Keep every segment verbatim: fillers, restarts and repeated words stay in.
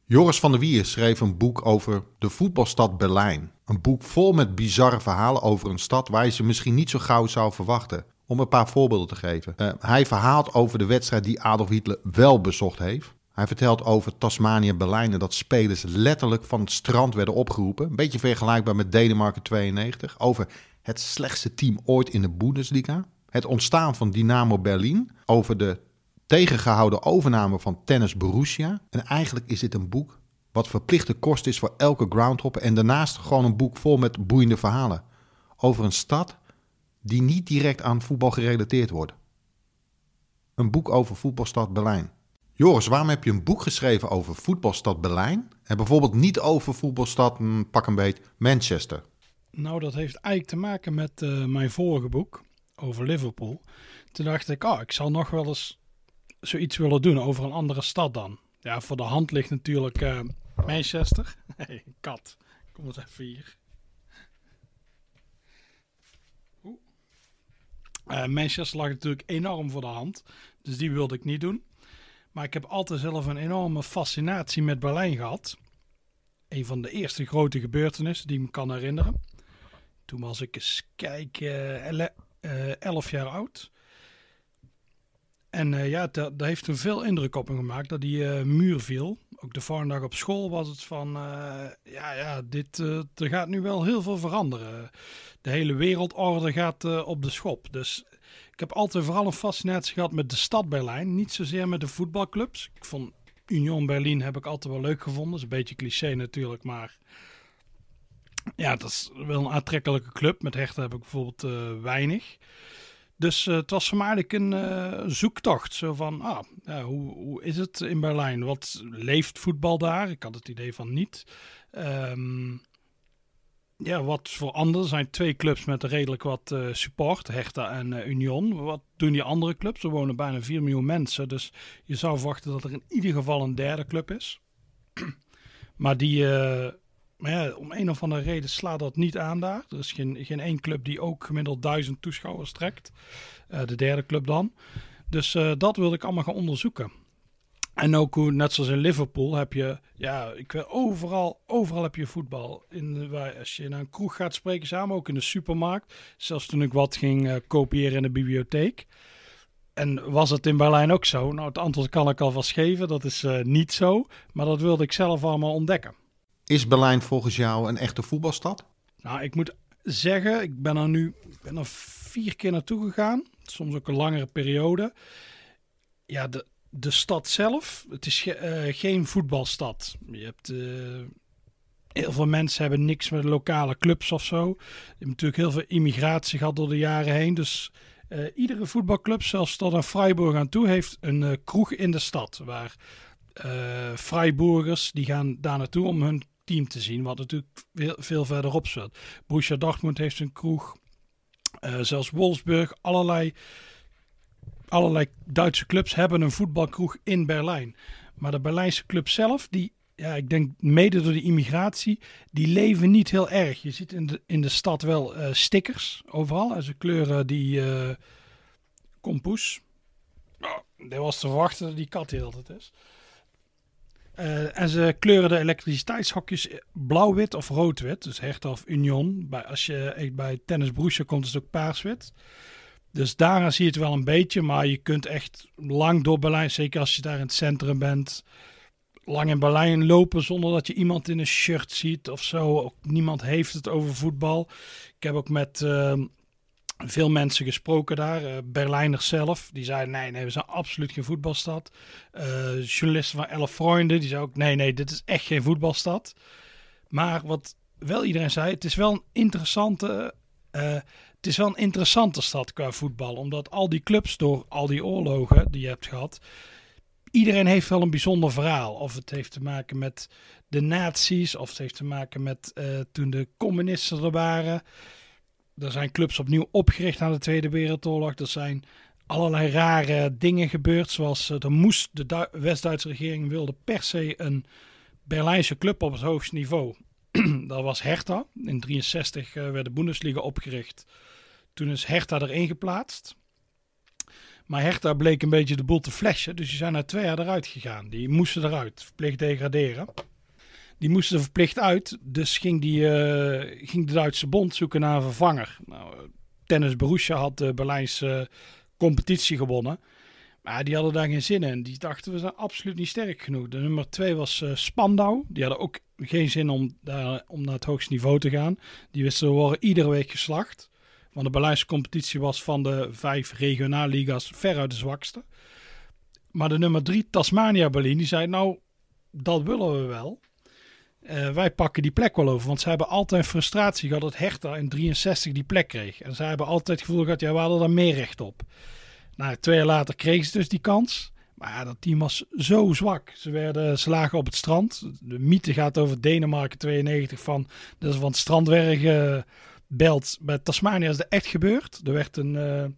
Joris van der Wier schreef een boek over de voetbalstad Berlijn. Een boek vol met bizarre verhalen over een stad waar je ze misschien niet zo gauw zou verwachten. Om een paar voorbeelden te geven. Uh, hij verhaalt over de wedstrijd die Adolf Hitler wel bezocht heeft. Hij vertelt over Tasmania Berlijn en dat spelers letterlijk van het strand werden opgeroepen. Een beetje vergelijkbaar met Denemarken tweeënnegentig. Over het slechtste team ooit in de Bundesliga. Het ontstaan van Dynamo Berlin. Over de tegengehouden overname van Tennis Borussia. En eigenlijk is dit een boek wat verplichte kost is voor elke groundhopper. En daarnaast gewoon een boek vol met boeiende verhalen. Over een stad die niet direct aan voetbal gerelateerd wordt. Een boek over voetbalstad Berlijn. Joris, waarom heb je een boek geschreven over voetbalstad Berlijn en bijvoorbeeld niet over voetbalstad, pak een beet, Manchester? Nou, dat heeft eigenlijk te maken met uh, mijn vorige boek over Liverpool. Toen dacht ik, oh, ik zal nog wel eens zoiets willen doen over een andere stad dan. Ja, voor de hand ligt natuurlijk uh, Manchester. Hey, kat, kom eens even hier. Oeh. Uh, Manchester lag natuurlijk enorm voor de hand, dus die wilde ik niet doen. Maar ik heb altijd zelf een enorme fascinatie met Berlijn gehad. Een van de eerste grote gebeurtenissen die ik me kan herinneren. Toen was ik eens kijk, uh, ele- uh, elf jaar oud. En uh, ja, dat heeft toen veel indruk op me gemaakt dat die uh, muur viel. Ook de volgende dag op school was het van, uh, ja, ja, dit, uh, er gaat nu wel heel veel veranderen. De hele wereldorde gaat uh, op de schop. Dus ik heb altijd vooral een fascinatie gehad met de stad Berlijn. Niet zozeer met de voetbalclubs. Ik vond Union Berlin heb ik altijd wel leuk gevonden. Dat is een beetje cliché natuurlijk, maar ja, dat is wel een aantrekkelijke club. Met Hertha heb ik bijvoorbeeld uh, weinig. Dus uh, het was voor mij eigenlijk een uh, zoektocht. Zo van, ah, ja, hoe, hoe is het in Berlijn? Wat leeft voetbal daar? Ik had het idee van niet. Um, ja, wat voor anderen zijn twee clubs met redelijk wat uh, support. Hertha en uh, Union. Wat doen die andere clubs? Er wonen bijna vier miljoen mensen. Dus je zou verwachten dat er in ieder geval een derde club is. Maar die... Uh, Maar ja, om een of andere reden slaat dat niet aan daar. Er is geen, geen één club die ook gemiddeld duizend toeschouwers trekt. Uh, de derde club dan. Dus uh, dat wilde ik allemaal gaan onderzoeken. En ook hoe, net zoals in Liverpool, heb je, ja, ik weet, overal, overal heb je voetbal. In, waar, als je naar een kroeg gaat spreken samen, ook in de supermarkt. Zelfs toen ik wat ging uh, kopiëren in de bibliotheek. En was het in Berlijn ook zo? Nou, het antwoord kan ik alvast geven. Dat is uh, niet zo. Maar dat wilde ik zelf allemaal ontdekken. Is Berlijn volgens jou een echte voetbalstad? Nou, ik moet zeggen, ik ben er nu ik ben er vier keer naartoe gegaan. Soms ook een langere periode. Ja, de, de stad zelf, het is ge, uh, geen voetbalstad. Je hebt... Uh, heel veel mensen hebben niks met lokale clubs of zo. Je hebt natuurlijk heel veel immigratie gehad door de jaren heen. Dus uh, iedere voetbalclub, zelfs tot aan Freiburg aan toe, heeft een uh, kroeg in de stad. Waar uh, Freiburgers, die gaan daar naartoe om hun team te zien, wat natuurlijk veel, veel verderop zit. Borussia Dortmund heeft een kroeg. Uh, zelfs Wolfsburg, allerlei, allerlei Duitse clubs hebben een voetbalkroeg in Berlijn. Maar de Berlijnse club zelf, die, ja, ik denk mede door de immigratie, die leven niet heel erg. Je ziet in de, in de stad wel uh, stickers overal. En ze kleuren die uh, kompoes. Oh, dat was te verwachten dat die kat heel altijd is. Uh, en ze kleuren de elektriciteitshokjes blauw-wit of rood-wit. Dus Hertha of Union. Bij, als je bij Tennis Borussia komt, is het ook paars-wit. Dus daaraan zie je het wel een beetje. Maar je kunt echt lang door Berlijn, zeker als je daar in het centrum bent, lang in Berlijn lopen zonder dat je iemand in een shirt ziet of zo. Ook niemand heeft het over voetbal. Ik heb ook met uh, veel mensen gesproken daar. Uh, Berlijners zelf. Die zeiden nee, nee, we zijn absoluut geen voetbalstad. Uh, journalisten van Elf Freunde. Die zeiden ook nee, nee, dit is echt geen voetbalstad. Maar wat wel iedereen zei, het is wel een interessante... Uh, het is wel een interessante stad qua voetbal. Omdat al die clubs door al die oorlogen die je hebt gehad, iedereen heeft wel een bijzonder verhaal. Of het heeft te maken met de nazi's. Of het heeft te maken met uh, toen de communisten er waren. Er zijn clubs opnieuw opgericht na de Tweede Wereldoorlog. Er zijn allerlei rare dingen gebeurd. Zoals uh, er moest de Du- West-Duitse regering wilde per se een Berlijnse club op het hoogste niveau. Dat was Hertha. In drieënzestig uh, werd de Bundesliga opgericht. Toen is Hertha erin geplaatst. Maar Hertha bleek een beetje de boel te flashen. Dus die zijn na twee jaar eruit gegaan. Die moesten eruit, verplicht degraderen. Die moesten er verplicht uit. Dus ging, die, uh, ging de Duitse bond zoeken naar een vervanger. Nou, Tennis Borussia had de Berlijnse competitie gewonnen. Maar die hadden daar geen zin in. Die dachten, we zijn absoluut niet sterk genoeg. De nummer twee was uh, Spandau. Die hadden ook geen zin om, daar, om naar het hoogste niveau te gaan. Die wisten, we worden iedere week geslacht. Want de Berlijnse competitie was van de vijf regionalliga's veruit de zwakste. Maar de nummer drie, Tasmania Berlin, die zei, nou, dat willen we wel. Uh, wij pakken die plek wel over. Want ze hebben altijd frustratie gehad dat Hertha in drieënzestig die plek kreeg. En ze hebben altijd het gevoel gehad, ja, we hadden daar meer recht op. Nou, twee jaar later kregen ze dus die kans. Maar ja, dat team was zo zwak. Ze, werden, ze lagen op het strand. De mythe gaat over Denemarken tweeënnegentig van, dat is van het strandwerk uh, belt. Bij Tasmania is dat echt gebeurd. Er werd een, uh, uh,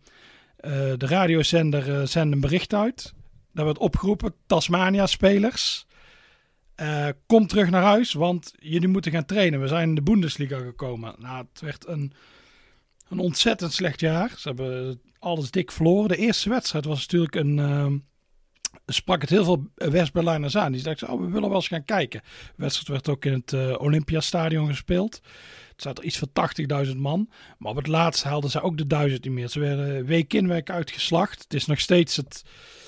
de radiozender uh, zende een bericht uit. Daar werd opgeroepen, Tasmania-spelers, uh, kom terug naar huis, want jullie moeten gaan trainen. We zijn in de Bundesliga gekomen. Nou, het werd een, een ontzettend slecht jaar. Ze hebben alles dik verloren. De eerste wedstrijd was natuurlijk een... Uh, sprak het heel veel West-Berlijners aan. Die dachten, oh, we willen wel eens gaan kijken. De wedstrijd werd ook in het uh, Olympiastadion gespeeld. Het zat er iets van tachtigduizend man. Maar op het laatst haalden ze ook de duizend niet meer. Ze werden week in week uitgeslacht. Het is nog steeds het,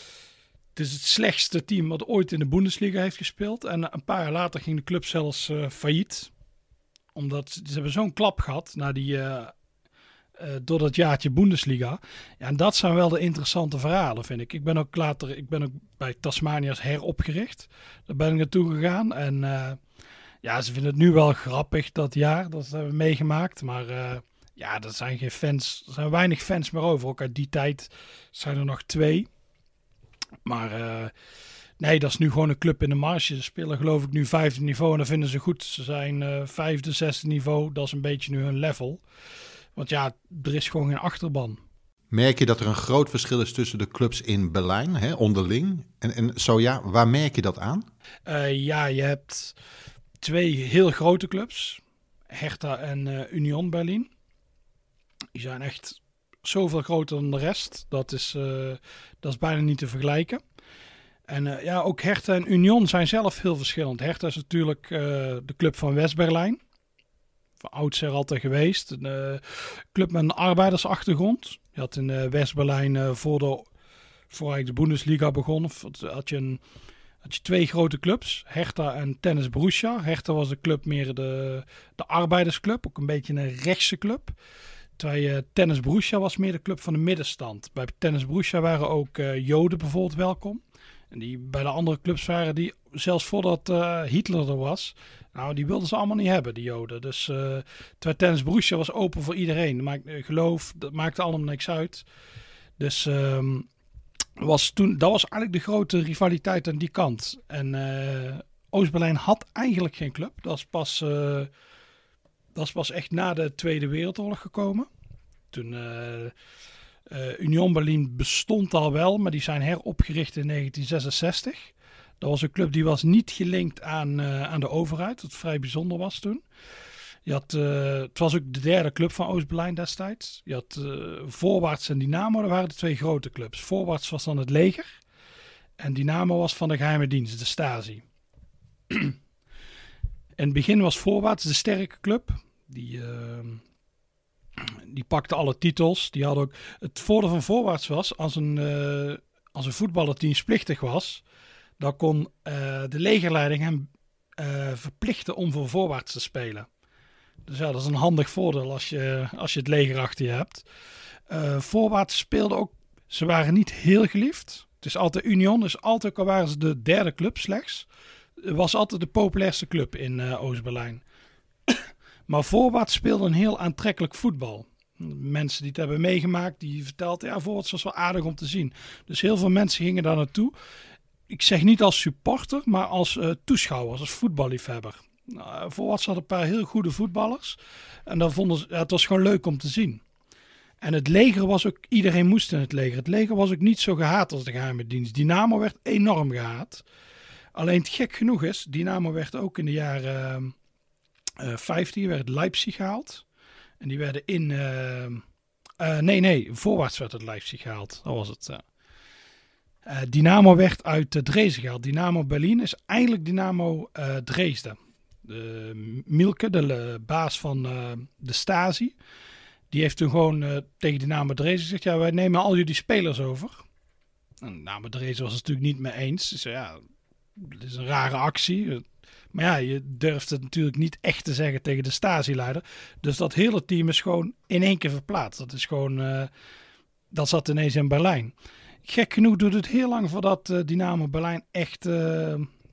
het, is het slechtste team wat ooit in de Bundesliga heeft gespeeld. En een paar jaar later ging de club zelfs uh, failliet. Omdat ze hebben zo'n klap gehad na die... Uh, Uh, door dat jaartje Bundesliga. Ja, en dat zijn wel de interessante verhalen, vind ik. Ik ben ook later, ik ben ook bij Tasmaniërs heropgericht. Daar ben ik naartoe gegaan. En uh, ja, ze vinden het nu wel grappig dat jaar. Dat hebben we meegemaakt. Maar uh, ja, er zijn geen fans. Er zijn weinig fans meer over. Ook uit die tijd zijn er nog twee. Maar uh, nee, dat is nu gewoon een club in de marge. Ze spelen geloof ik nu vijfde niveau. En dat vinden ze goed. Ze zijn uh, vijfde, zesde niveau. Dat is een beetje nu hun level. Want ja, er is gewoon geen achterban. Merk je dat er een groot verschil is tussen de clubs in Berlijn, hè, onderling? En, en zo ja, waar merk je dat aan? Uh, ja, je hebt twee heel grote clubs. Hertha en uh, Union Berlin. Die zijn echt zoveel groter dan de rest. Dat is, uh, dat is bijna niet te vergelijken. En uh, ja, ook Hertha en Union zijn zelf heel verschillend. Hertha is natuurlijk uh, de club van West-Berlijn. Van oudsher altijd geweest. Een uh, club met een arbeidersachtergrond. Je had in uh, West-Berlijn uh, voor, de, voor eigenlijk de Bundesliga begonnen. Had je, een, had je twee grote clubs. Hertha en Tennis Borussia. Hertha was de club meer de, de arbeidersclub. Ook een beetje een rechtse club. Terwijl uh, Tennis Borussia was meer de club van de middenstand. Bij Tennis Borussia waren ook uh, Joden bijvoorbeeld welkom. En die bij de andere clubs waren die, zelfs voordat uh, Hitler er was, nou, die wilden ze allemaal niet hebben, die Joden. Dus uh, terwijl Tennis Borussia was open voor iedereen. Maak, uh, geloof, dat maakte allemaal niks uit. Dus um, was toen, dat was eigenlijk de grote rivaliteit aan die kant. En uh, Oost-Berlijn had eigenlijk geen club. Dat is pas, uh, dat is pas echt na de Tweede Wereldoorlog gekomen. Toen... Uh, Uh, Union Berlin bestond al wel, maar die zijn heropgericht in negentien zesenzestig. Dat was een club die was niet gelinkt aan, uh, aan de overheid, wat vrij bijzonder was toen. Je had, uh, het was ook de derde club van Oost-Berlijn destijds. Je had uh, Voorwaarts en Dynamo, dat waren de twee grote clubs. Voorwaarts was dan het leger en Dynamo was van de geheime dienst, de Stasi. In het begin was Voorwaarts de sterke club, die... Uh, Die pakte alle titels. Die had ook... Het voordeel van Voorwaarts was, als een, uh, als een voetballer dienstplichtig was, dan kon uh, de legerleiding hem uh, verplichten om voor Voorwaarts te spelen. Dus ja, dat is een handig voordeel als je, als je het leger achter je hebt. Uh, Voorwaarts speelde ook... Ze waren niet heel geliefd. Het is altijd Union, dus altijd al waren ze de derde club slechts. Het was altijd de populairste club in uh, Oost-Berlijn. Maar Voorwaarts speelde een heel aantrekkelijk voetbal. Mensen die het hebben meegemaakt, die vertelden, ja, Voorwaarts was wel aardig om te zien. Dus heel veel mensen gingen daar naartoe. Ik zeg niet als supporter, maar als uh, toeschouwer, als voetballiefhebber. Nou, Voorwaarts had een paar heel goede voetballers. En dan vonden ze, ja, het was gewoon leuk om te zien. En het leger was ook, iedereen moest in het leger. Het leger was ook niet zo gehaat als de geheime dienst. Dynamo werd enorm gehaat. Alleen het gek genoeg is, Dynamo werd ook in de jaren... Uh, Uh, vijftig werd Leipzig gehaald. En die werden in uh, Uh, nee, nee, voorwaarts werd het Leipzig gehaald. Dat was het. Uh. Uh, Dynamo werd uit uh, Dresden gehaald. Dynamo Berlin is eigenlijk Dynamo uh, Dresden. Uh, Mielke, de uh, baas van uh, de Stasi, die heeft toen gewoon uh, tegen Dynamo Dresden gezegd, ja, wij nemen al jullie spelers over. En Dynamo Dresden was het natuurlijk niet mee eens. Dus ja, dit is een rare actie. Maar ja, je durft het natuurlijk niet echt te zeggen tegen de Stasi-leider. Dus dat hele team is gewoon in één keer verplaatst. Dat is gewoon, uh, dat zat ineens in Berlijn. Gek genoeg duurt het heel lang voordat uh, Dynamo Berlijn echt... Uh,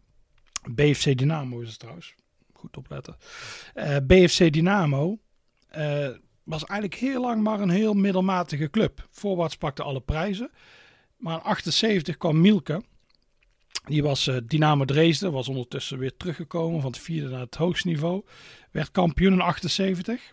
B F C Dynamo is het trouwens. Goed opletten. Uh, B F C Dynamo uh, was eigenlijk heel lang maar een heel middelmatige club. Voorwaarts pakte alle prijzen. Maar in achtenzeventig kwam Mielke. Die was uh, Dynamo Dresden. Was ondertussen weer teruggekomen van het vierde naar het hoogste niveau. Werd kampioen in achtenzeventig.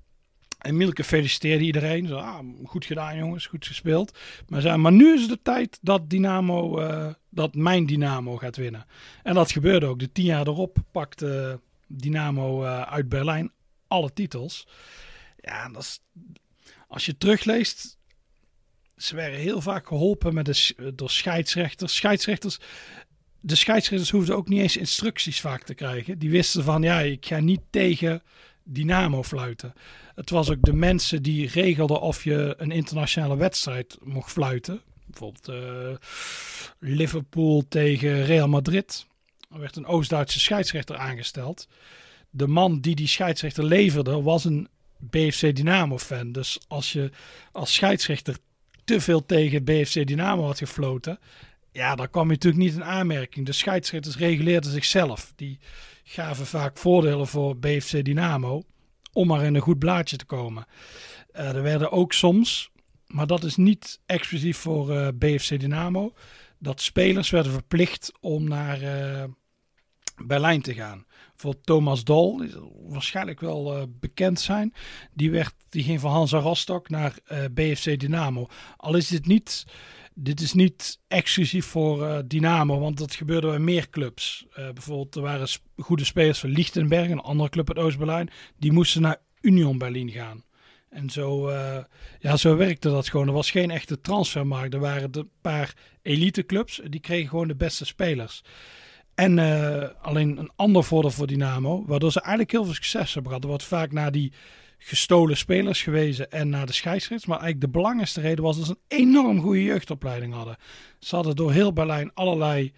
En Mielke feliciteerde iedereen. Zo, ah, goed gedaan jongens, goed gespeeld. Maar zei, maar nu is het de tijd dat Dynamo, uh, dat mijn Dynamo gaat winnen. En dat gebeurde ook. De tien jaar erop pakte Dynamo uh, uit Berlijn alle titels. Ja, dat is, als je terugleest, ze werden heel vaak geholpen met de, door scheidsrechters. Scheidsrechters. De scheidsrechters hoefden ook niet eens instructies vaak te krijgen. Die wisten van, ja, ik ga niet tegen Dynamo fluiten. Het was ook de mensen die regelden of je een internationale wedstrijd mocht fluiten. Bijvoorbeeld uh, Liverpool tegen Real Madrid. Er werd een Oost-Duitse scheidsrechter aangesteld. De man die die scheidsrechter leverde was een B F C Dynamo-fan. Dus als je als scheidsrechter te veel tegen B F C Dynamo had gefloten, ja, dan kwam je natuurlijk niet in aanmerking. De scheidsrechters reguleerden zichzelf. Die gaven vaak voordelen voor B F C Dynamo om maar in een goed blaadje te komen. Uh, er werden ook soms, maar dat is niet exclusief voor uh, B F C Dynamo, dat spelers werden verplicht om naar uh, Berlijn te gaan. Voor Thomas Doll, die waarschijnlijk wel uh, bekend zijn, die, werd, die ging van Hansa Rostock naar uh, B F C Dynamo. Al is dit niet... Dit is niet exclusief voor uh, Dynamo, want dat gebeurde bij meer clubs. Uh, bijvoorbeeld, er waren sp- goede spelers van Lichtenberg, een andere club uit Oost-Berlijn. Die moesten naar Union Berlin gaan. En zo, uh, ja, zo werkte dat gewoon. Er was geen echte transfermarkt. Er waren een paar eliteclubs, die kregen gewoon de beste spelers. En uh, alleen een ander voordeel voor Dynamo, waardoor ze eigenlijk heel veel succes hebben gehad. Er wordt vaak naar die gestolen spelers gewezen en naar de scheidsrechters. Maar eigenlijk de belangrijkste reden was dat ze een enorm goede jeugdopleiding hadden. Ze hadden door heel Berlijn allerlei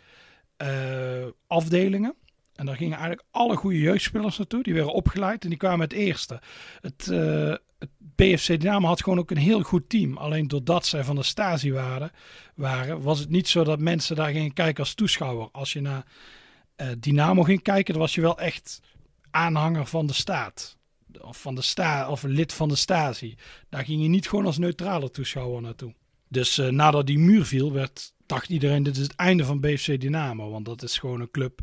uh, afdelingen. En daar gingen eigenlijk alle goede jeugdspelers naartoe. Die werden opgeleid en die kwamen het eerste. Het, uh, het B F C Dynamo had gewoon ook een heel goed team. Alleen doordat zij van de Stasi waren, waren, was het niet zo dat mensen daar gingen kijken als toeschouwer. Als je naar uh, Dynamo ging kijken, dan was je wel echt aanhanger van de staat. Of, van de sta- of lid van de Stasi. Daar ging je niet gewoon als neutrale toeschouwer naartoe. Dus uh, nadat die muur viel, werd, dacht iedereen, dit is het einde van B F C Dynamo. Want dat is gewoon een club,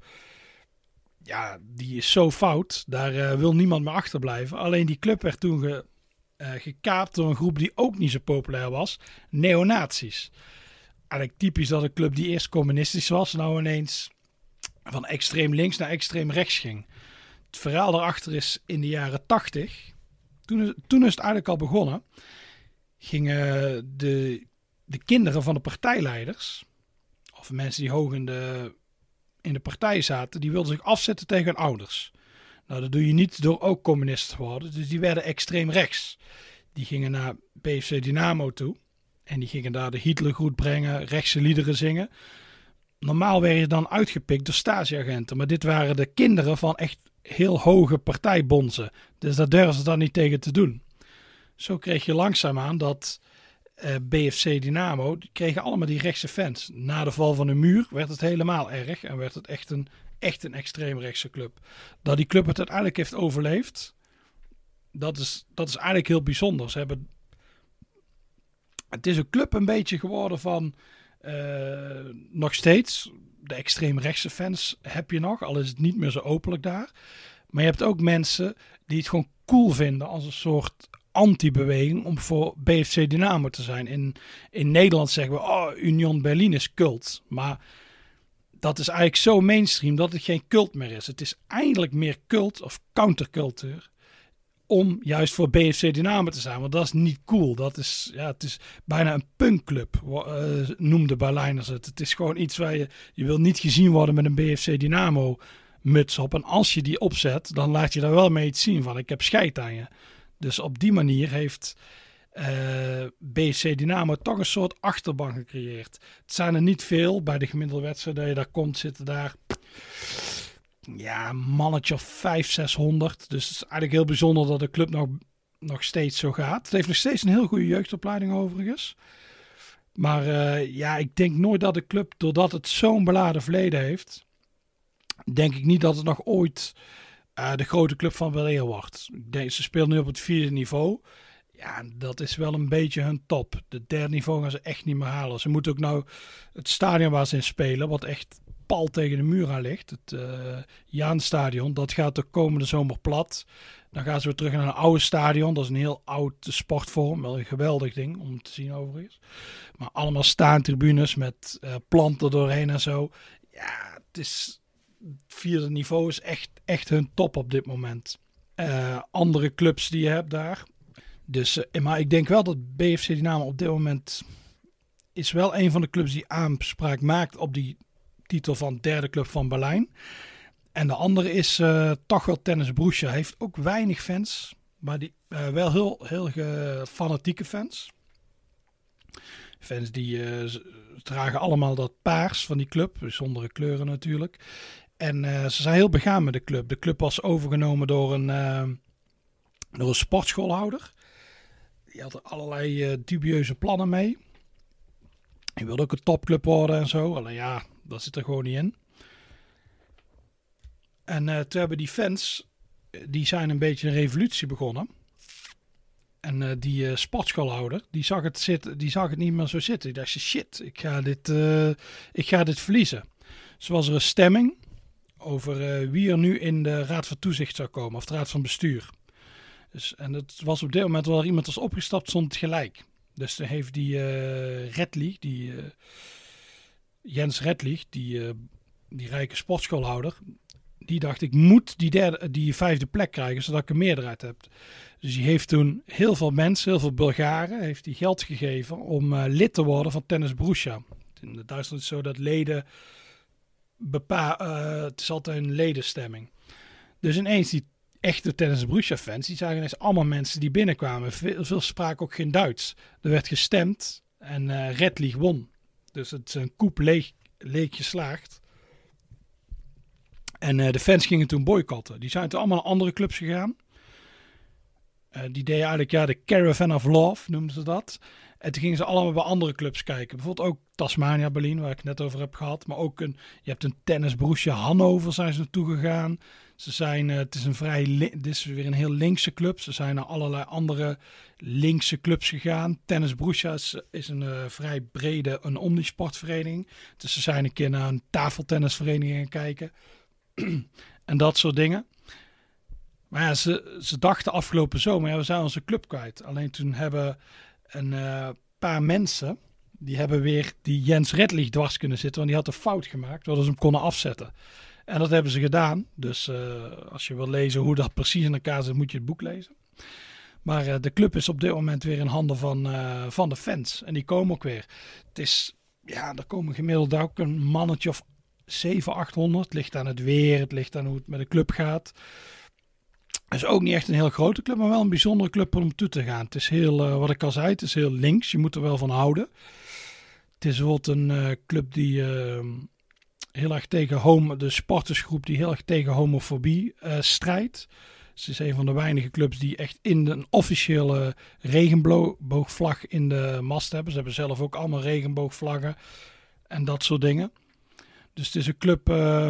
ja, die is zo fout. Daar uh, wil niemand meer achterblijven. Alleen die club werd toen ge, uh, gekaapt door een groep die ook niet zo populair was. Neonazies. Eigenlijk typisch dat een club die eerst communistisch was, nou ineens van extreem links naar extreem rechts ging. Het verhaal daarachter is in de jaren tachtig, toen, toen is het eigenlijk al begonnen, gingen de, de kinderen van de partijleiders, of mensen die hoog in de, in de partij zaten, die wilden zich afzetten tegen hun ouders. Nou, dat doe je niet door ook communist te worden, dus die werden extreem rechts. Die gingen naar B F C Dynamo toe en die gingen daar de Hitlergroet brengen, rechtse liederen zingen. Normaal werd je dan uitgepikt door Stasi-agenten, maar dit waren de kinderen van echt heel hoge partijbonzen. Dus daar durfden ze dan niet tegen te doen. Zo kreeg je langzaamaan dat uh, B F C Dynamo, die kregen allemaal die rechtse fans. Na de val van de muur werd het helemaal erg en werd het echt een, echt een extreemrechtse club. Dat die club het uiteindelijk heeft overleefd, dat is, dat is eigenlijk heel bijzonder. Ze hebben, het is een club een beetje geworden van uh, nog steeds. De extreemrechtse fans heb je nog, al is het niet meer zo openlijk daar. Maar je hebt ook mensen die het gewoon cool vinden als een soort anti-beweging om voor B F C Dynamo te zijn. In, in Nederland zeggen we, oh, Union Berlin is cult. Maar dat is eigenlijk zo mainstream dat het geen cult meer is. Het is eigenlijk meer cult of countercultuur om juist voor B F C Dynamo te zijn. Want dat is niet cool. Dat is, ja, het is bijna een punkclub, uh, noemde Berlijners het. Het is gewoon iets waar je, je wil niet gezien worden met een B F C Dynamo muts op. En als je die opzet, dan laat je daar wel mee iets zien van, ik heb scheid aan je. Dus op die manier heeft uh, B F C Dynamo toch een soort achterban gecreëerd. Het zijn er niet veel. Bij de gemiddelde wedstrijd dat je daar komt, zitten daar ja, een mannetje of vijf, zeshonderd. Dus het is eigenlijk heel bijzonder dat de club nog, nog steeds zo gaat. Het heeft nog steeds een heel goede jeugdopleiding overigens. Maar uh, ja, ik denk nooit dat de club, doordat het zo'n beladen verleden heeft, denk ik niet dat het nog ooit uh, de grote club van weleer wordt. Ik denk, ze spelen nu op het vierde niveau. Ja, dat is wel een beetje hun top. De derde niveau gaan ze echt niet meer halen. Ze moeten ook nou het stadion waar ze in spelen, wat echt pal tegen de muur aan ligt, het uh, Jaanstadion, dat gaat de komende zomer plat. Dan gaan ze weer terug naar een oude stadion. Dat is een heel oud sportvorm. Wel een geweldig ding om te zien overigens. Maar allemaal staantribunes met uh, planten doorheen en zo. Ja, het is het vierde niveau is echt, echt hun top op dit moment. Uh, andere clubs die je hebt daar. Dus, uh, maar ik denk wel dat B F C Dynamo op dit moment is wel een van de clubs die aanspraak maakt op die titel van derde club van Berlijn. En de andere is uh, toch wel Tennis Borussia. Hij heeft ook weinig fans, maar die, uh, wel heel, heel ge, fanatieke fans. Fans die uh, dragen allemaal dat paars van die club, bijzondere kleuren natuurlijk. En uh, ze zijn heel begaan met de club. De club was overgenomen door een, uh, door een sportschoolhouder. Die had er allerlei uh, dubieuze plannen mee. Hij wilde ook een topclub worden en zo. Alleen ja, dat zit er gewoon niet in. En uh, toen hebben die fans, die zijn een beetje een revolutie begonnen. En uh, die uh, sportschoolhouder, die zag, het zitten, die zag het niet meer zo zitten. Die dacht, shit, ik ga dit, uh, ik ga dit verliezen. Dus was er een stemming over uh, wie er nu in de Raad van Toezicht zou komen. Of de Raad van Bestuur. Dus, en het was op dit moment waar iemand was opgestapt, stond het gelijk. Dus dan heeft die uh, Redlich, die uh, Jens Redlich, die, uh, die rijke sportschoolhouder, die dacht, ik moet die, derde, die vijfde plek krijgen, zodat ik een meerderheid heb. Dus die heeft toen heel veel mensen, heel veel Bulgaren, heeft die geld gegeven om uh, lid te worden van Tennis Borussia. In Duitsland is het zo dat leden bepa- uh, het is altijd een ledenstemming. Dus ineens die echte Tennis Borussia fans, die zagen ineens allemaal mensen die binnenkwamen. Veel, veel spraken ook geen Duits. Er werd gestemd en uh, Redlich won. Dus het is een koep leeg, leeg geslaagd. En uh, de fans gingen toen boycotten. Die zijn toen allemaal naar andere clubs gegaan. Uh, die deden eigenlijk ja, de Caravan of Love, noemden ze dat. En toen gingen ze allemaal bij andere clubs kijken. Bijvoorbeeld ook Tasmania Berlin, waar ik het net over heb gehad. Maar ook een, je hebt een Tennis Borussia Hannover, zijn ze naartoe gegaan. Ze zijn, uh, het is een vrij, li- dit is weer een heel linkse club. Ze zijn naar allerlei andere linkse clubs gegaan. Tennis Borussia is, is een uh, vrij brede, een omnisportvereniging. Dus ze zijn een keer naar een tafeltennisvereniging gaan kijken. En dat soort dingen. Maar ja, ze, ze dachten afgelopen zomer, ja, we zijn onze club kwijt. Alleen toen hebben een uh, paar mensen, die hebben weer die Jens Redlich dwars kunnen zitten. Want die had een fout gemaakt, waardoor ze hem konden afzetten. En dat hebben ze gedaan. Dus uh, als je wil lezen hoe dat precies in elkaar zit, moet je het boek lezen. Maar uh, de club is op dit moment weer in handen van, uh, van de fans. En die komen ook weer. Het is, ja, er komen gemiddeld ook een mannetje of zevenhonderd, achthonderd. Het ligt aan het weer, het ligt aan hoe het met de club gaat. Het is ook niet echt een heel grote club, maar wel een bijzondere club om toe te gaan. Het is heel, uh, wat ik al zei, het is heel links. Je moet er wel van houden. Het is bijvoorbeeld een uh, club die uh, heel erg tegen homo, de sportersgroep die heel erg tegen homofobie uh, strijdt. Het is een van de weinige clubs die echt in de, een officiële regenboogvlag in de mast hebben. Ze hebben zelf ook allemaal regenboogvlaggen en dat soort dingen. Dus het is een club. Uh,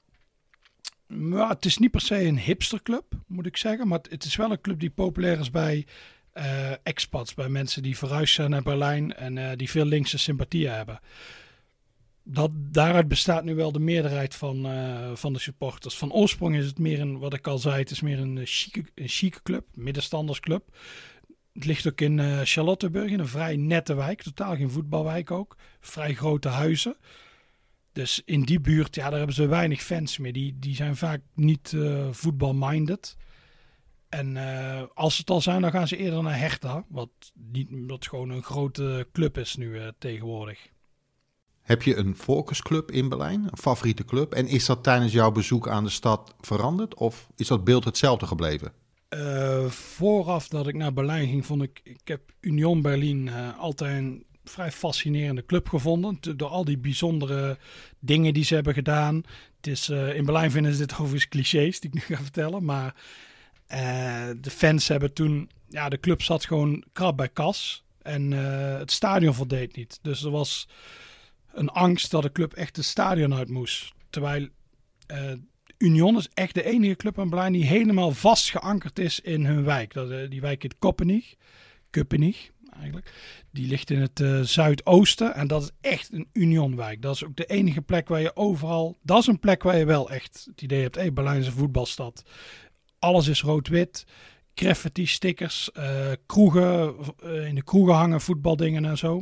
maar het is niet per se een hipsterclub, moet ik zeggen. Maar het is wel een club die populair is bij uh, expats. Bij mensen die verhuisd zijn naar Berlijn en uh, die veel linkse sympathieën hebben. Dat, daaruit bestaat nu wel de meerderheid van, uh, van de supporters. Van oorsprong is het meer een, wat ik al zei, het is meer een chique, een chique club, middenstandersclub. Het ligt ook in uh, Charlottenburg, in een vrij nette wijk. Totaal geen voetbalwijk ook. Vrij grote huizen. Dus in die buurt, ja, daar hebben ze weinig fans meer. Die, die zijn vaak niet uh, voetbalminded. En uh, als ze het al zijn, dan gaan ze eerder naar Hertha. Wat, niet, wat gewoon een grote club is nu uh, tegenwoordig. Heb je een voorkeursclub in Berlijn? Een favoriete club? En is dat tijdens jouw bezoek aan de stad veranderd? Of is dat beeld hetzelfde gebleven? Uh, vooraf dat ik naar Berlijn ging, vond ik... Ik heb Union Berlin uh, altijd een vrij fascinerende club gevonden. Door al die bijzondere dingen die ze hebben gedaan. Het is, uh, in Berlijn vinden ze dit overigens clichés die ik nu ga vertellen. Maar uh, de fans hebben toen... Ja, de club zat gewoon krap bij kas. En uh, het stadion voldeed niet. Dus er was een angst dat de club echt het stadion uit moest. Terwijl uh, Union is echt de enige club in Berlijn die helemaal vast geankerd is in hun wijk. Dat, uh, die wijk heet Koppenich. Koppenich eigenlijk. Die ligt in het uh, zuidoosten. En dat is echt een Unionwijk. Dat is ook de enige plek waar je overal... Dat is een plek waar je wel echt het idee hebt... Hey, Berlijn is een voetbalstad. Alles is rood-wit. Graffiti, stickers, uh, kroegen. Uh, in de kroegen hangen voetbaldingen en zo.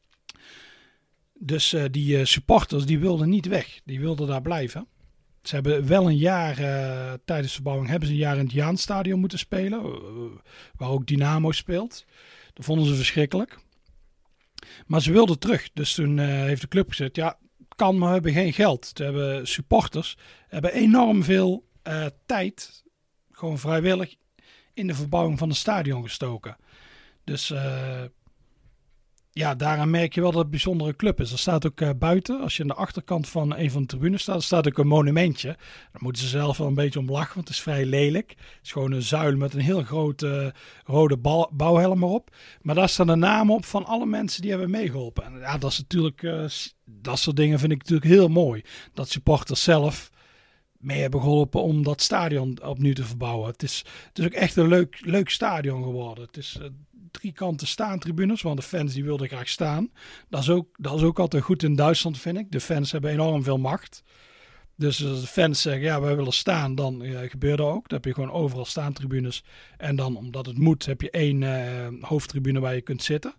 Dus uh, die uh, supporters die wilden niet weg. Die wilden daar blijven. Ze hebben wel een jaar, uh, tijdens de verbouwing, hebben ze een jaar in het Jahnstadion moeten spelen. Uh, waar ook Dynamo speelt. Dat vonden ze verschrikkelijk. Maar ze wilden terug. Dus toen uh, heeft de club gezegd, ja, kan, maar we hebben geen geld. Toen hebben supporters hebben enorm veel uh, tijd, gewoon vrijwillig, in de verbouwing van het stadion gestoken. Dus uh, ja, daaraan merk je wel dat het een bijzondere club is. Er staat ook uh, buiten, als je aan de achterkant van een van de tribunes staat, er staat ook een monumentje. Daar moeten ze zelf wel een beetje om lachen, want het is vrij lelijk. Het is gewoon een zuil met een heel grote uh, rode bal- bouwhelm erop. Maar daar staan de namen op van alle mensen die hebben meegeholpen. En ja, dat is natuurlijk, uh, dat soort dingen vind ik natuurlijk heel mooi. Dat supporters zelf mee hebben geholpen om dat stadion opnieuw te verbouwen. Het is, het is ook echt een leuk, leuk stadion geworden. Het is... Uh, drie kanten staantribunes, want de fans die wilden graag staan. Dat is, ook, dat is ook altijd goed in Duitsland, vind ik. De fans hebben enorm veel macht. Dus als de fans zeggen, ja, wij willen staan, dan uh, gebeurt dat ook. Dan heb je gewoon overal staantribunes. En dan, omdat het moet, heb je één uh, hoofdtribune waar je kunt zitten.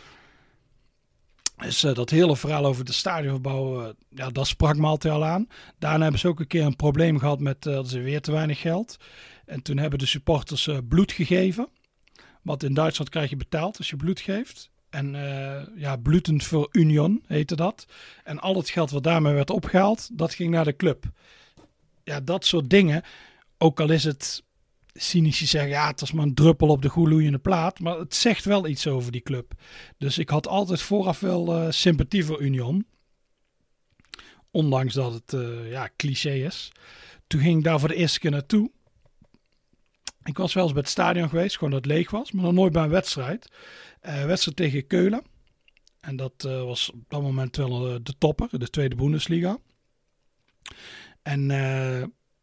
Dus uh, dat hele verhaal over de stadionverbouw, uh, ja, dat sprak me altijd al aan. Daarna hebben ze ook een keer een probleem gehad met, uh, dat ze weer te weinig geld. En toen hebben de supporters uh, bloed gegeven. Want in Duitsland krijg je betaald als je bloed geeft. En uh, ja, bloedend voor Union heette dat. En al het geld wat daarmee werd opgehaald, dat ging naar de club. Ja, dat soort dingen. Ook al is het cynisch zeggen, ja, het was maar een druppel op de gloeiende plaat. Maar het zegt wel iets over die club. Dus ik had altijd vooraf wel uh, sympathie voor Union. Ondanks dat het uh, ja, cliché is. Toen ging ik daar voor de eerste keer naartoe. Ik was wel eens bij het stadion geweest, gewoon dat het leeg was, maar nog nooit bij een wedstrijd. Uh, wedstrijd tegen Keulen. En dat uh, was op dat moment wel uh, de topper, de tweede Bundesliga. En, uh,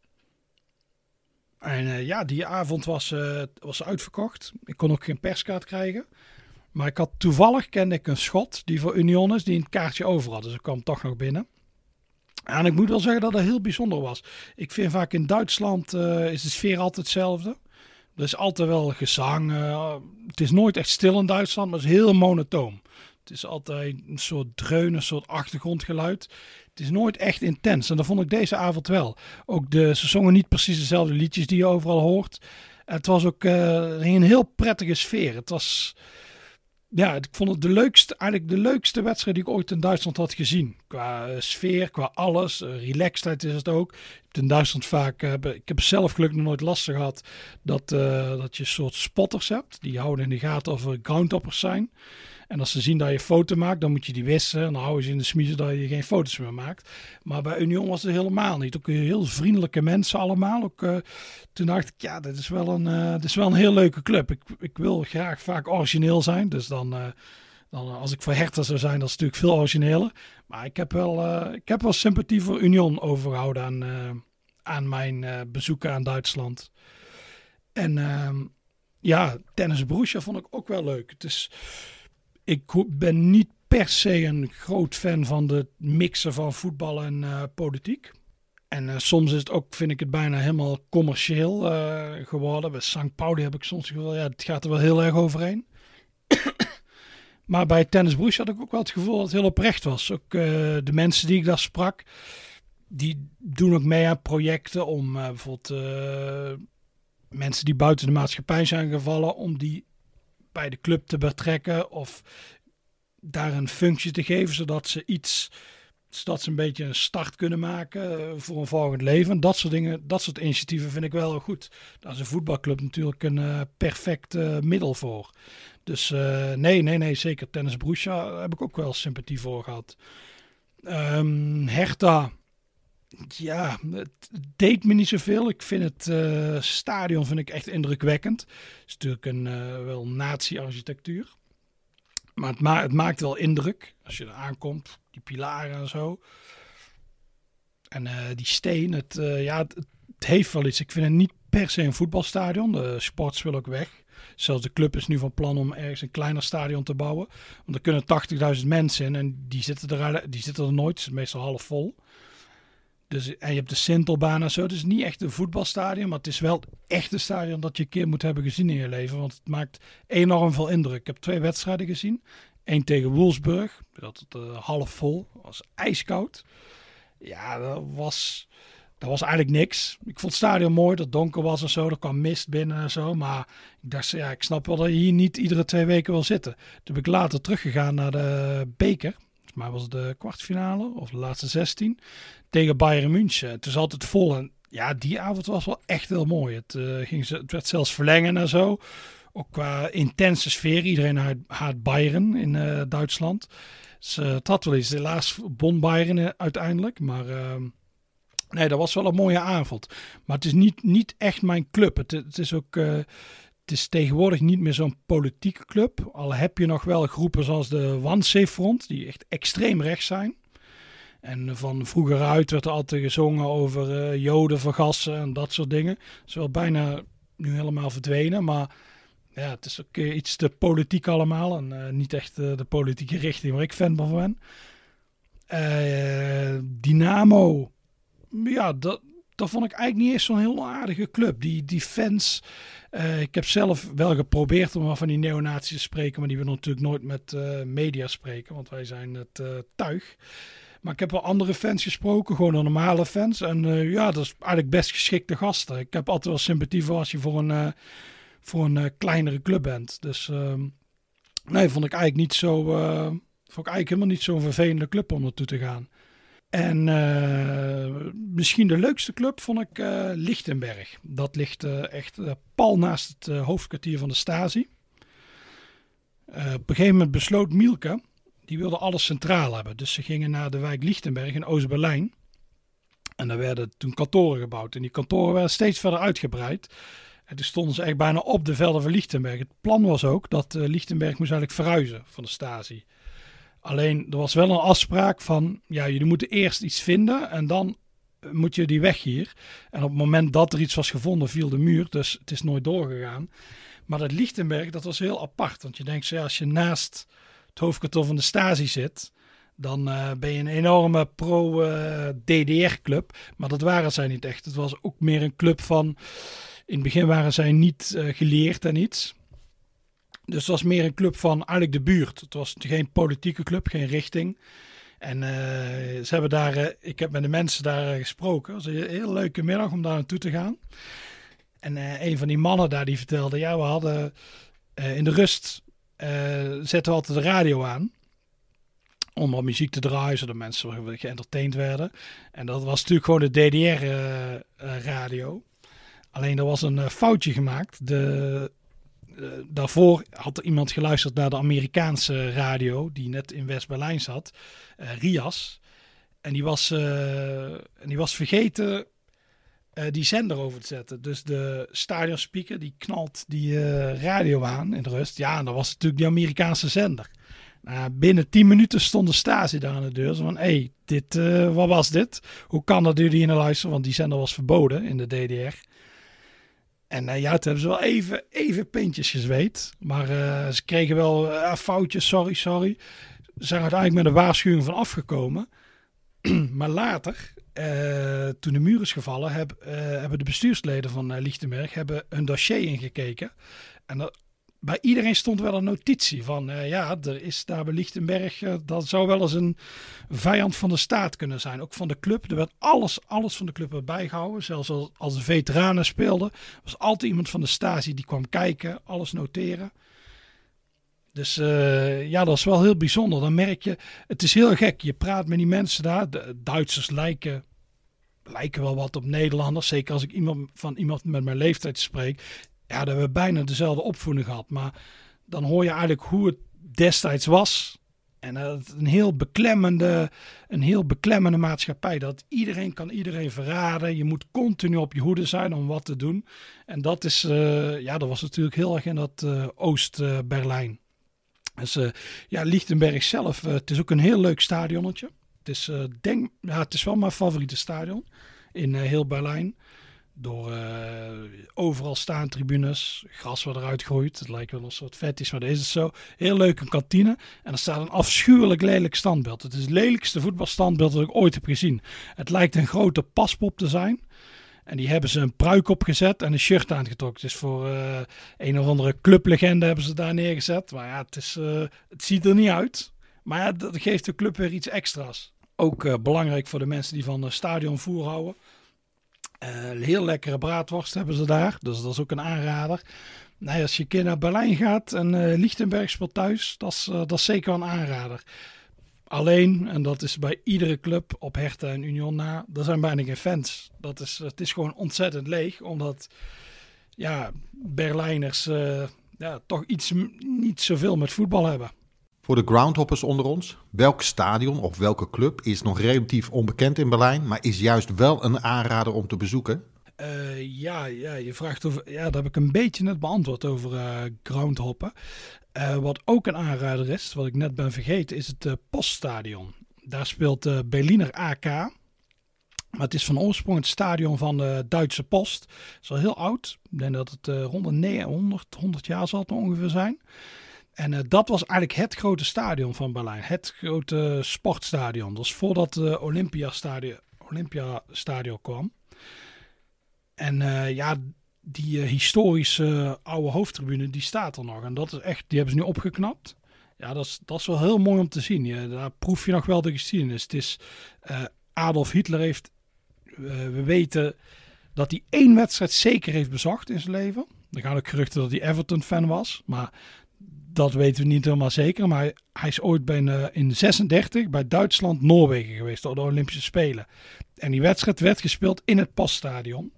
en uh, ja, die avond was, uh, was uitverkocht. Ik kon ook geen perskaart krijgen. Maar ik had toevallig, kende ik een Schot die voor Union is, die een kaartje over had. Dus ik kwam toch nog binnen. En ik moet wel zeggen dat het heel bijzonder was. Ik vind vaak in Duitsland uh, is de sfeer altijd hetzelfde. Er is altijd wel gezang. Uh, het is nooit echt stil in Duitsland, maar het is heel monotoon. Het is altijd een soort dreun, een soort achtergrondgeluid. Het is nooit echt intens. En dat vond ik deze avond wel. Ook de, ze zongen niet precies dezelfde liedjes die je overal hoort. En het was ook uh, een heel prettige sfeer. Het was... Ja, ik vond het de leukste, eigenlijk de leukste wedstrijd die ik ooit in Duitsland had gezien. Qua uh, sfeer, qua alles. Uh, relaxedheid is het ook. Ik heb in Duitsland vaak, uh, ik heb zelf gelukkig nog nooit last gehad dat, uh, dat je een soort spotters hebt. Die houden in de gaten of er groundtoppers zijn. En als ze zien dat je een foto maakt, dan moet je die wissen. En dan houden ze in de smiezen dat je geen foto's meer maakt. Maar bij Union was het helemaal niet. Ook heel vriendelijke mensen allemaal. Ook, uh, toen dacht ik, ja, dit is wel een, uh, dit is wel een heel leuke club. Ik, ik wil graag vaak origineel zijn. Dus dan, uh, dan als ik voor Hertha zou zijn, dat is natuurlijk veel origineler. Maar ik heb wel, uh, ik heb wel sympathie voor Union overgehouden aan, uh, aan mijn uh, bezoeken aan Duitsland. En uh, ja, Tennis Borussia vond ik ook wel leuk. Het is... Ik ben niet per se een groot fan van de mixen van voetbal en uh, politiek. En uh, soms is het ook, vind ik het bijna helemaal commercieel uh, geworden. Bij Sankt Pauli heb ik soms gevoel, ja, het gaat er wel heel erg overheen. Maar bij Tennis Borussia had ik ook wel het gevoel dat het heel oprecht was. Ook uh, de mensen die ik daar sprak, die doen ook mee aan projecten om uh, bijvoorbeeld... Uh, mensen die buiten de maatschappij zijn gevallen, om die bij de club te betrekken of daar een functie te geven, zodat ze iets, zodat ze een beetje een start kunnen maken uh, voor een volgend leven. Dat soort dingen, dat soort initiatieven vind ik wel heel goed. Daar is een voetbalclub natuurlijk een uh, perfect uh, middel voor. Dus uh, nee, nee, nee, zeker. Tennis Borussia heb ik ook wel sympathie voor gehad. Um, Hertha, ja, het deed me niet zoveel. Ik vind het uh, stadion vind ik echt indrukwekkend. Het is natuurlijk een uh, wel nazi-architectuur. Maar het, ma- het maakt wel indruk als je er aankomt. Die pilaren en zo. En uh, die steen, het, uh, ja, het, het heeft wel iets. Ik vind het niet per se een voetbalstadion. De sports wil ook weg. Zelfs de club is nu van plan om ergens een kleiner stadion te bouwen. Want er kunnen tachtigduizend mensen in en die zitten er, die zitten er nooit. Het is meestal half vol. Dus, en je hebt de Sintelbaan en zo. Het is niet echt een voetbalstadion, maar het is wel echt een stadion dat je een keer moet hebben gezien in je leven. Want het maakt enorm veel indruk. Ik heb twee wedstrijden gezien. Eén tegen Wolfsburg. Dat het uh, half vol. Dat was ijskoud. Ja, dat was, dat was eigenlijk niks. Ik vond het stadion mooi, dat het donker was en zo. Er kwam mist binnen en zo. Maar ik dacht, ja, ik snap wel dat je hier niet iedere twee weken wil zitten. Toen ben ik later teruggegaan naar de beker. Volgens mij was het de kwartfinale of de laatste zestien. Tegen Bayern München. Het was altijd vol. En ja, die avond was wel echt heel mooi. Het, uh, ging, het werd zelfs verlengen en zo. Ook qua intense sfeer. Iedereen haat, haat Bayern in uh, Duitsland. Dus, uh, het had wel iets. Helaas won Bayern uiteindelijk. Maar uh, nee, dat was wel een mooie avond. Maar het is niet, niet echt mijn club. Het, het is ook... Uh, Het is tegenwoordig niet meer zo'n politieke club. Al heb je nog wel groepen zoals de Wannsee-front, die echt extreem rechts zijn. En van vroeger uit werd er altijd gezongen over uh, joden vergassen en dat soort dingen. Dat is wel bijna nu helemaal verdwenen. Maar ja, het is ook uh, iets te politiek allemaal. En uh, niet echt uh, de politieke richting waar ik fan van ben. Uh, Dynamo, ja, dat... Dat vond ik eigenlijk niet eens zo'n heel aardige club. Die, die fans, uh, ik heb zelf wel geprobeerd om van die neonazies te spreken, maar die willen natuurlijk nooit met uh, media spreken, want wij zijn het uh, tuig. Maar ik heb wel andere fans gesproken, gewoon de normale fans. En uh, ja, dat is eigenlijk best geschikte gasten. Ik heb altijd wel sympathie voor als je voor een, uh, voor een uh, kleinere club bent. Dus uh, nee, vond ik eigenlijk niet zo, uh, vond ik eigenlijk helemaal niet zo'n vervelende club om naartoe te gaan. En uh, misschien de leukste club vond ik uh, Lichtenberg. Dat ligt uh, echt uh, pal naast het uh, hoofdkwartier van de Stasi. Uh, op een gegeven moment besloot Mielke, die wilde alles centraal hebben. Dus ze gingen naar de wijk Lichtenberg in Oost-Berlijn. En daar werden toen kantoren gebouwd. En die kantoren werden steeds verder uitgebreid. En toen stonden ze echt bijna op de velden van Lichtenberg. Het plan was ook dat uh, Lichtenberg moest eigenlijk verhuizen van de Stasi. Alleen, er was wel een afspraak van, ja, jullie moeten eerst iets vinden en dan moet je die weg hier. En op het moment dat er iets was gevonden, viel de muur, dus het is nooit doorgegaan. Maar dat Lichtenberg, dat was heel apart, want je denkt, zo, ja, als je naast het hoofdkantoor van de Stasi zit, dan uh, ben je een enorme pro-D D R-club. Maar dat waren zij niet echt. Het was ook meer een club van, in het begin waren zij niet uh, geleerd en iets. Dus het was meer een club van eigenlijk de buurt. Het was geen politieke club, geen richting. En uh, ze hebben daar, uh, ik heb met de mensen daar uh, gesproken. Het was een heel leuke middag om daar naartoe te gaan. En uh, een van die mannen daar die vertelde, ja, we hadden uh, in de rust uh, zetten we altijd de radio aan. Om wat muziek te draaien, zodat mensen geëntertained werden. En dat was natuurlijk gewoon de D D R-radio. Uh, uh, Alleen er was een uh, foutje gemaakt. De... Uh, daarvoor had er iemand geluisterd naar de Amerikaanse radio die net in West-Berlijn zat, uh, Rias. En die was, uh, en die was vergeten uh, die zender over te zetten. Dus de stadionspeaker die knalt die uh, radio aan in de rust. Ja, en dat was natuurlijk die Amerikaanse zender. Uh, binnen tien minuten stond de Stasi daar aan de deur. Zo van, hé, hey, dit, uh, wat was dit? Hoe kan dat jullie hier naar luisteren? Want die zender was verboden in de D D R. En uh, ja, toen hebben ze wel even, even pintjes gezweet. Maar uh, ze kregen wel uh, foutjes, sorry, sorry. Ze zijn uiteindelijk met een waarschuwing van afgekomen. Maar later, uh, toen de muur is gevallen, heb, uh, hebben de bestuursleden van uh, Lichtenberg hebben een dossier ingekeken. En dat, bij iedereen stond wel een notitie van, uh, ja, er is daar bij Lichtenberg, uh, dat zou wel eens een vijand van de staat kunnen zijn. Ook van de club. Er werd alles, alles van de club werd bijgehouden. Zelfs als, als de veteranen speelden, was altijd iemand van de Stasi die kwam kijken, alles noteren. Dus uh, ja, dat is wel heel bijzonder. Dan merk je, het is heel gek. Je praat met die mensen daar. De Duitsers lijken, lijken wel wat op Nederlanders. Zeker als ik iemand van iemand met mijn leeftijd spreek. Ja, dat hebben we bijna dezelfde opvoeding gehad. Maar dan hoor je eigenlijk hoe het destijds was. En uh, een heel beklemmende, een heel beklemmende maatschappij. Dat iedereen kan iedereen verraden. Je moet continu op je hoede zijn om wat te doen. En dat is, uh, ja, dat was natuurlijk heel erg in dat uh, Oost-Berlijn. Uh, Dus uh, ja, Lichtenberg zelf, uh, het is ook een heel leuk stadionnetje. Het is, uh, denk, ja, het is wel mijn favoriete stadion in uh, heel Berlijn. Door uh, overal staan tribunes, gras wat eruit groeit. Het lijkt wel een soort fetish, maar dat is het zo. Heel leuk, een kantine. En er staat een afschuwelijk lelijk standbeeld. Het is het lelijkste voetbalstandbeeld dat ik ooit heb gezien. Het lijkt een grote paspop te zijn. En die hebben ze een pruik opgezet en een shirt aangetrokken. Dus voor uh, een of andere clublegende hebben ze daar neergezet. Maar ja, het, is, uh, het ziet er niet uit. Maar ja, dat geeft de club weer iets extra's. Ook uh, belangrijk voor de mensen die van uh, stadionvoer houden. Uh, heel lekkere braadworst hebben ze daar. Dus dat is ook een aanrader. Nou, als je een keer naar Berlijn gaat en uh, Lichtenberg speelt thuis, dat is, uh, dat is zeker een aanrader. Alleen, en dat is bij iedere club op Hertha en Union na, er zijn bijna geen fans. Dat is, het is gewoon ontzettend leeg, omdat ja, Berlijners uh, ja, toch iets niet zoveel met voetbal hebben. Voor de groundhoppers onder ons, welk stadion of welke club is nog relatief onbekend in Berlijn, maar is juist wel een aanrader om te bezoeken? Uh, ja, ja, je vraagt over. Ja, dat heb ik een beetje net beantwoord over uh, groundhoppen. Uh, wat ook een aanrader is, wat ik net ben vergeten, is het uh, Poststadion. Daar speelt de uh, Berliner A K. Maar het is van oorsprong het stadion van de Duitse Post. Het is al heel oud. Ik denk dat het uh, rond de negenhonderd, honderd jaar zal het ongeveer zijn. En uh, dat was eigenlijk het grote stadion van Berlijn. Het grote sportstadion. Dat is voordat de uh, Olympiastadion, Olympiastadion kwam. En uh, ja, die uh, historische uh, oude hoofdtribune, die staat er nog. En dat is echt, die hebben ze nu opgeknapt. Ja, dat is, dat is wel heel mooi om te zien. Ja, daar proef je nog wel de geschiedenis. Het is, uh, Adolf Hitler heeft, uh, we weten dat hij één wedstrijd zeker heeft bezocht in zijn leven. Er gaan ook geruchten dat hij Everton-fan was. Maar dat weten we niet helemaal zeker. Maar hij is ooit bij, uh, in zesendertig bij Duitsland-Noorwegen geweest door de Olympische Spelen. En die wedstrijd werd gespeeld in het Poststadion.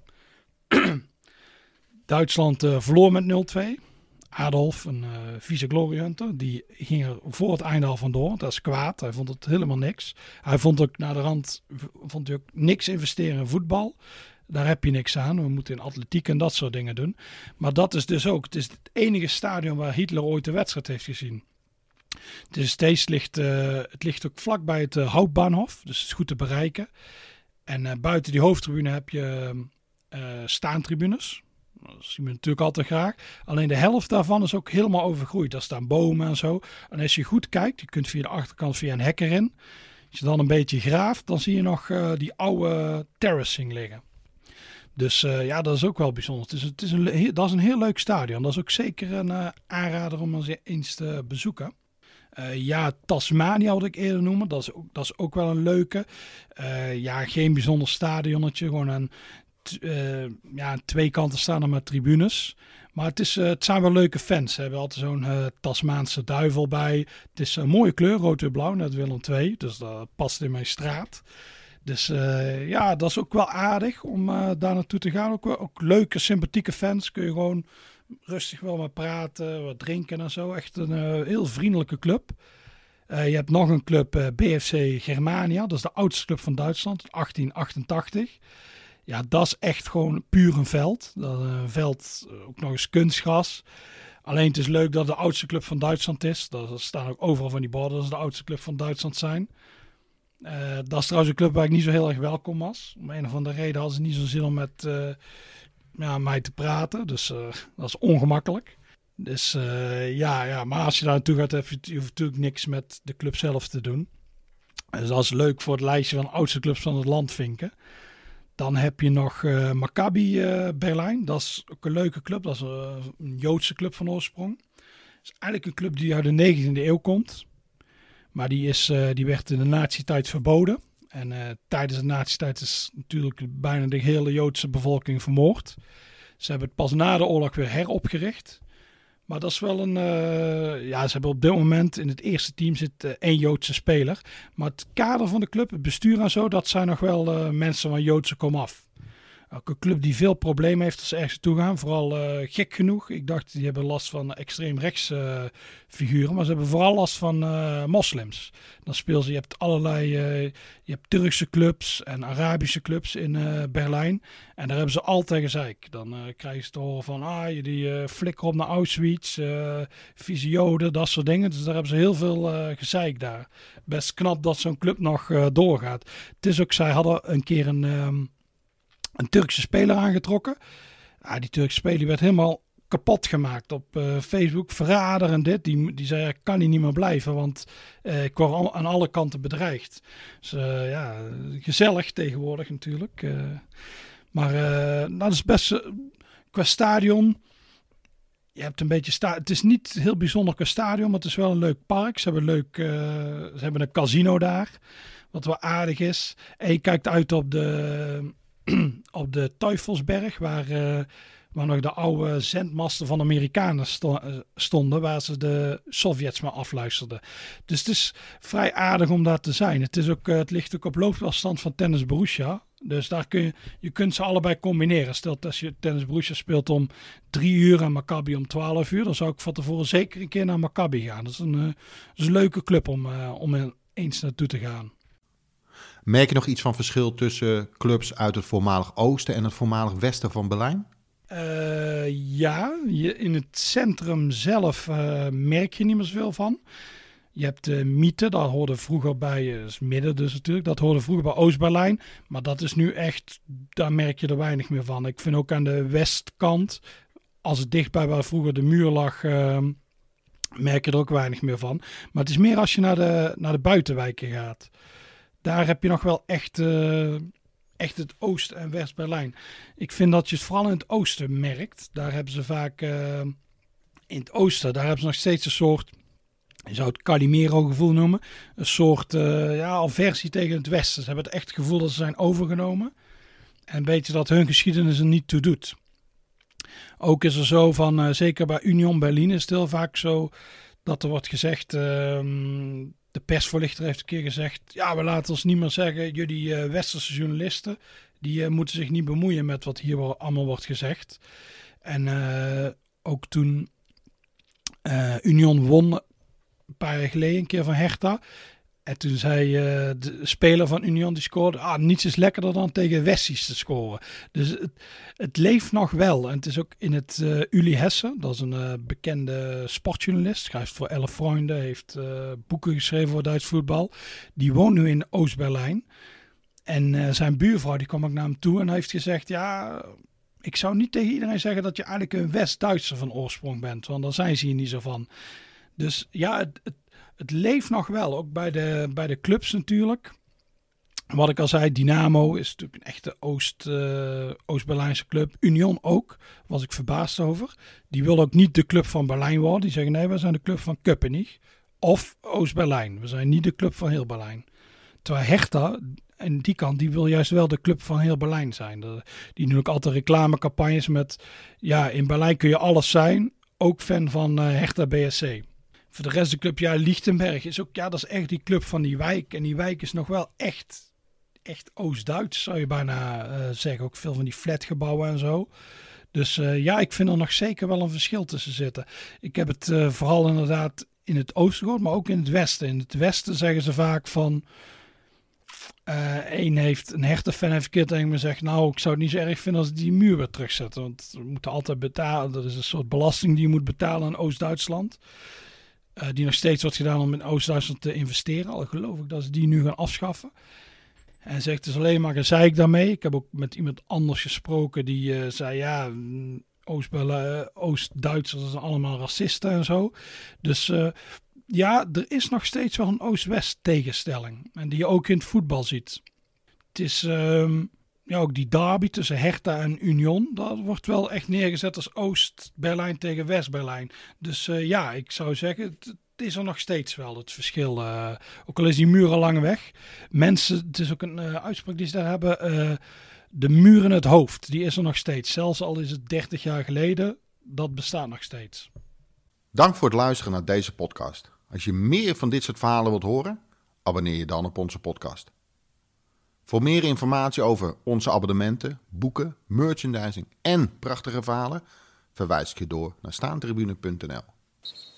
Duitsland uh, verloor met nul twee. Adolf, een uh, vieze glory hunter, die ging er voor het einde al vandoor. Dat is kwaad. Hij vond het helemaal niks. Hij vond ook naar de rand vond hij ook niks investeren in voetbal. Daar heb je niks aan. We moeten in atletiek en dat soort dingen doen. Maar dat is dus ook. Het is het enige stadion waar Hitler ooit de wedstrijd heeft gezien. Dus deze ligt, uh, het ligt ook vlakbij het uh, Hauptbahnhof. Dus het is goed te bereiken. En uh, buiten die hoofdtribune heb je uh, staantribunes. Dat zien we natuurlijk altijd graag. Alleen de helft daarvan is ook helemaal overgroeid. Daar staan bomen en zo. En als je goed kijkt, je kunt via de achterkant via een hek erin. Als je dan een beetje graaft, dan zie je nog uh, die oude terracing liggen. Dus uh, ja, dat is ook wel bijzonder. Het is, het is een, dat is een heel leuk stadion. Dat is ook zeker een uh, aanrader om eens te bezoeken. Uh, ja, Tasmania wat ik eerder noemde. Dat is ook, dat is ook wel een leuke. Uh, ja, geen bijzonder stadionnetje. Gewoon een, t, uh, ja, aan twee kanten staan er maar tribunes. Maar het, is, uh, het zijn wel leuke fans. Ze hebben altijd zo'n uh, Tasmaanse duivel bij. Het is een mooie kleur, rood en blauw, net Willem twee. Dus dat past in mijn straat. Dus uh, ja, dat is ook wel aardig om uh, daar naartoe te gaan. Ook, ook leuke, sympathieke fans. Kun je gewoon rustig wel maar praten, wat drinken en zo. Echt een uh, heel vriendelijke club. Uh, je hebt nog een club, uh, B F C Germania. Dat is de oudste club van Duitsland, achttien achtentachtig. Ja, dat is echt gewoon puur een veld. Dat is een veld, ook nog eens kunstgras. Alleen het is leuk dat het de oudste club van Duitsland is. Er staan ook overal van die borden dat ze de oudste club van Duitsland zijn. Uh, dat is trouwens een club waar ik niet zo heel erg welkom was. Om een of andere reden hadden ze niet zo zin om met uh, ja, mij te praten. Dus uh, dat is ongemakkelijk. Dus uh, ja, ja, maar als je daar naartoe gaat, heb je, je hoeft natuurlijk niks met de club zelf te doen. Dus dat is leuk voor het lijstje van de oudste clubs van het land vinken. Dan heb je nog uh, Maccabi uh, Berlijn. Dat is ook een leuke club. Dat is uh, een Joodse club van oorsprong. is eigenlijk een club die uit de negentiende eeuw komt. Maar die, is, uh, die werd in de nazi-tijd verboden. En uh, tijdens de nazi-tijd is natuurlijk bijna de hele Joodse bevolking vermoord. Ze hebben het pas na de oorlog weer heropgericht. Maar dat is wel een... Uh, ja, ze hebben op dit moment in het eerste team zit uh, één Joodse speler. Maar het kader van de club, het bestuur en zo, dat zijn nog wel uh, mensen van Joodse komaf. Ook een club die veel problemen heeft als ze ergens toe gaan. Vooral uh, gek genoeg. Ik dacht, die hebben last van extreem rechts uh, figuren. Maar ze hebben vooral last van uh, moslims. Dan speel ze, je hebt allerlei... Uh, je hebt Turkse clubs en Arabische clubs in uh, Berlijn. En daar hebben ze altijd gezeik. Dan uh, krijgen ze te horen van... Ah, die uh, flikker op naar Auschwitz. Uh, vieze Joden, dat soort dingen. Dus daar hebben ze heel veel uh, gezeik daar. Best knap dat zo'n club nog uh, doorgaat. Het is ook, zij hadden een keer een... Um, een Turkse speler aangetrokken. Ja, die Turkse speler werd helemaal kapot gemaakt op uh, Facebook. Verrader en dit. Die, die zei, kan hij niet meer blijven, want uh, ik word aan alle kanten bedreigd. Dus uh, ja, gezellig tegenwoordig natuurlijk. Uh, maar uh, nou, dat is best... Uh, qua stadion... Je hebt een beetje... Sta- het is niet heel bijzonder qua stadion, maar het is wel een leuk park. Ze hebben, leuk, uh, ze hebben een casino daar, wat wel aardig is. En je kijkt uit op de... op de Teufelsberg, waar, uh, waar nog de oude zendmasten van de Amerikanen sto- uh, stonden, waar ze de Sovjets maar afluisterden. Dus het is vrij aardig om daar te zijn. Het, is ook, uh, het ligt ook op loopafstand van Tennis Borussia. Dus daar kun je, je kunt ze allebei combineren. Stel als je Tennis Borussia speelt om drie uur en Maccabi om twaalf uur, dan zou ik van tevoren zeker een keer naar Maccabi gaan. Dat is een, uh, dat is een leuke club om, uh, om eens naartoe te gaan. Merk je nog iets van verschil tussen clubs uit het voormalig oosten en het voormalig westen van Berlijn? Uh, ja, je, in het centrum zelf uh, merk je niet meer zoveel van. Je hebt de Miete, daar hoorde vroeger bij, dat is midden dus natuurlijk, dat hoorde vroeger bij Oost-Berlijn. Maar dat is nu echt, daar merk je er weinig meer van. Ik vind ook aan de westkant, als het dichtbij waar vroeger de muur lag, uh, merk je er ook weinig meer van. Maar het is meer als je naar de, naar de buitenwijken gaat. Daar heb je nog wel echt, uh, echt het Oost- en West-Berlijn. Ik vind dat je het vooral in het oosten merkt. Daar hebben ze vaak, uh, in het oosten, daar hebben ze nog steeds een soort, je zou het Calimero-gevoel noemen. Een soort uh, ja, aversie tegen het westen. Ze hebben het echt het gevoel dat ze zijn overgenomen. En een beetje dat hun geschiedenis er niet toe doet. Ook is er zo van, uh, zeker bij Union Berlin is het heel vaak zo dat er wordt gezegd... Uh, De persvoorlichter heeft een keer gezegd... ja, we laten ons niet meer zeggen... jullie uh, westerse journalisten... die uh, moeten zich niet bemoeien met wat hier allemaal wordt gezegd. En uh, ook toen uh, Union won... een paar jaar geleden een keer van Hertha... en toen zei uh, de speler van Union die scoorde... ah, niets is lekkerder dan tegen Westies te scoren. Dus het, het leeft nog wel. En het is ook in het uh, Uli Hesse... dat is een uh, bekende sportjournalist... schrijft voor Elle Freunde... heeft uh, boeken geschreven voor Duits voetbal... die woont nu in Oost-Berlijn... en uh, zijn buurvrouw die kwam ook naar hem toe... en heeft gezegd... ja, ik zou niet tegen iedereen zeggen... dat je eigenlijk een West-Duitser van oorsprong bent... want daar zijn ze hier niet zo van. Dus ja, het, het Het leeft nog wel, ook bij de, bij de clubs natuurlijk. Wat ik al zei, Dynamo is natuurlijk een echte Oost, uh, Oost-Berlijnse club. Union ook, was ik verbaasd over. Die wil ook niet de club van Berlijn worden. Die zeggen nee, we zijn de club van Köpenick of Oost-Berlijn. We zijn niet de club van heel Berlijn. Terwijl Hertha, en die kant, die wil juist wel de club van heel Berlijn zijn. De, die doen ook altijd reclamecampagnes met, ja, in Berlijn kun je alles zijn. Ook fan van uh, Hertha B S C. Voor de rest de club, ja, Lichtenberg is ook, ja, dat is echt die club van die wijk. En die wijk is nog wel echt, echt Oost-Duits, zou je bijna uh, zeggen. Ook veel van die flatgebouwen en zo. Dus uh, ja, ik vind er nog zeker wel een verschil tussen zitten. Ik heb het uh, vooral inderdaad in het oosten gehoord, maar ook in het westen. In het westen zeggen ze vaak van... Uh, een heeft, een Hertha-fan heeft een keer tegen me gezegd... nou, ik zou het niet zo erg vinden als ze die muur weer terugzetten. Want we moeten altijd betalen. Dat is een soort belasting die je moet betalen aan Oost-Duitsland. Uh, die nog steeds wordt gedaan om in Oost-Duitsland te investeren. Al geloof ik dat ze die nu gaan afschaffen. En zegt, het is alleen maar gezeik daarmee. Ik heb ook met iemand anders gesproken die uh, zei... ja, Oost-Duitsers zijn allemaal racisten en zo. Dus uh, ja, er is nog steeds wel een Oost-West tegenstelling. En die je ook in het voetbal ziet. Het is... Um, Ja, ook die derby tussen Hertha en Union, dat wordt wel echt neergezet als Oost-Berlijn tegen West-Berlijn. Dus uh, ja, ik zou zeggen, het, het is er nog steeds wel, het verschil. Uh, ook al is die muur al lang weg. Mensen, het is ook een uh, uitspraak die ze daar hebben, uh, de muur in het hoofd, die is er nog steeds. Zelfs al is het dertig jaar geleden, dat bestaat nog steeds. Dank voor het luisteren naar deze podcast. Als je meer van dit soort verhalen wilt horen, abonneer je dan op onze podcast. Voor meer informatie over onze abonnementen, boeken, merchandising en prachtige verhalen verwijs ik je door naar staantribune punt n l.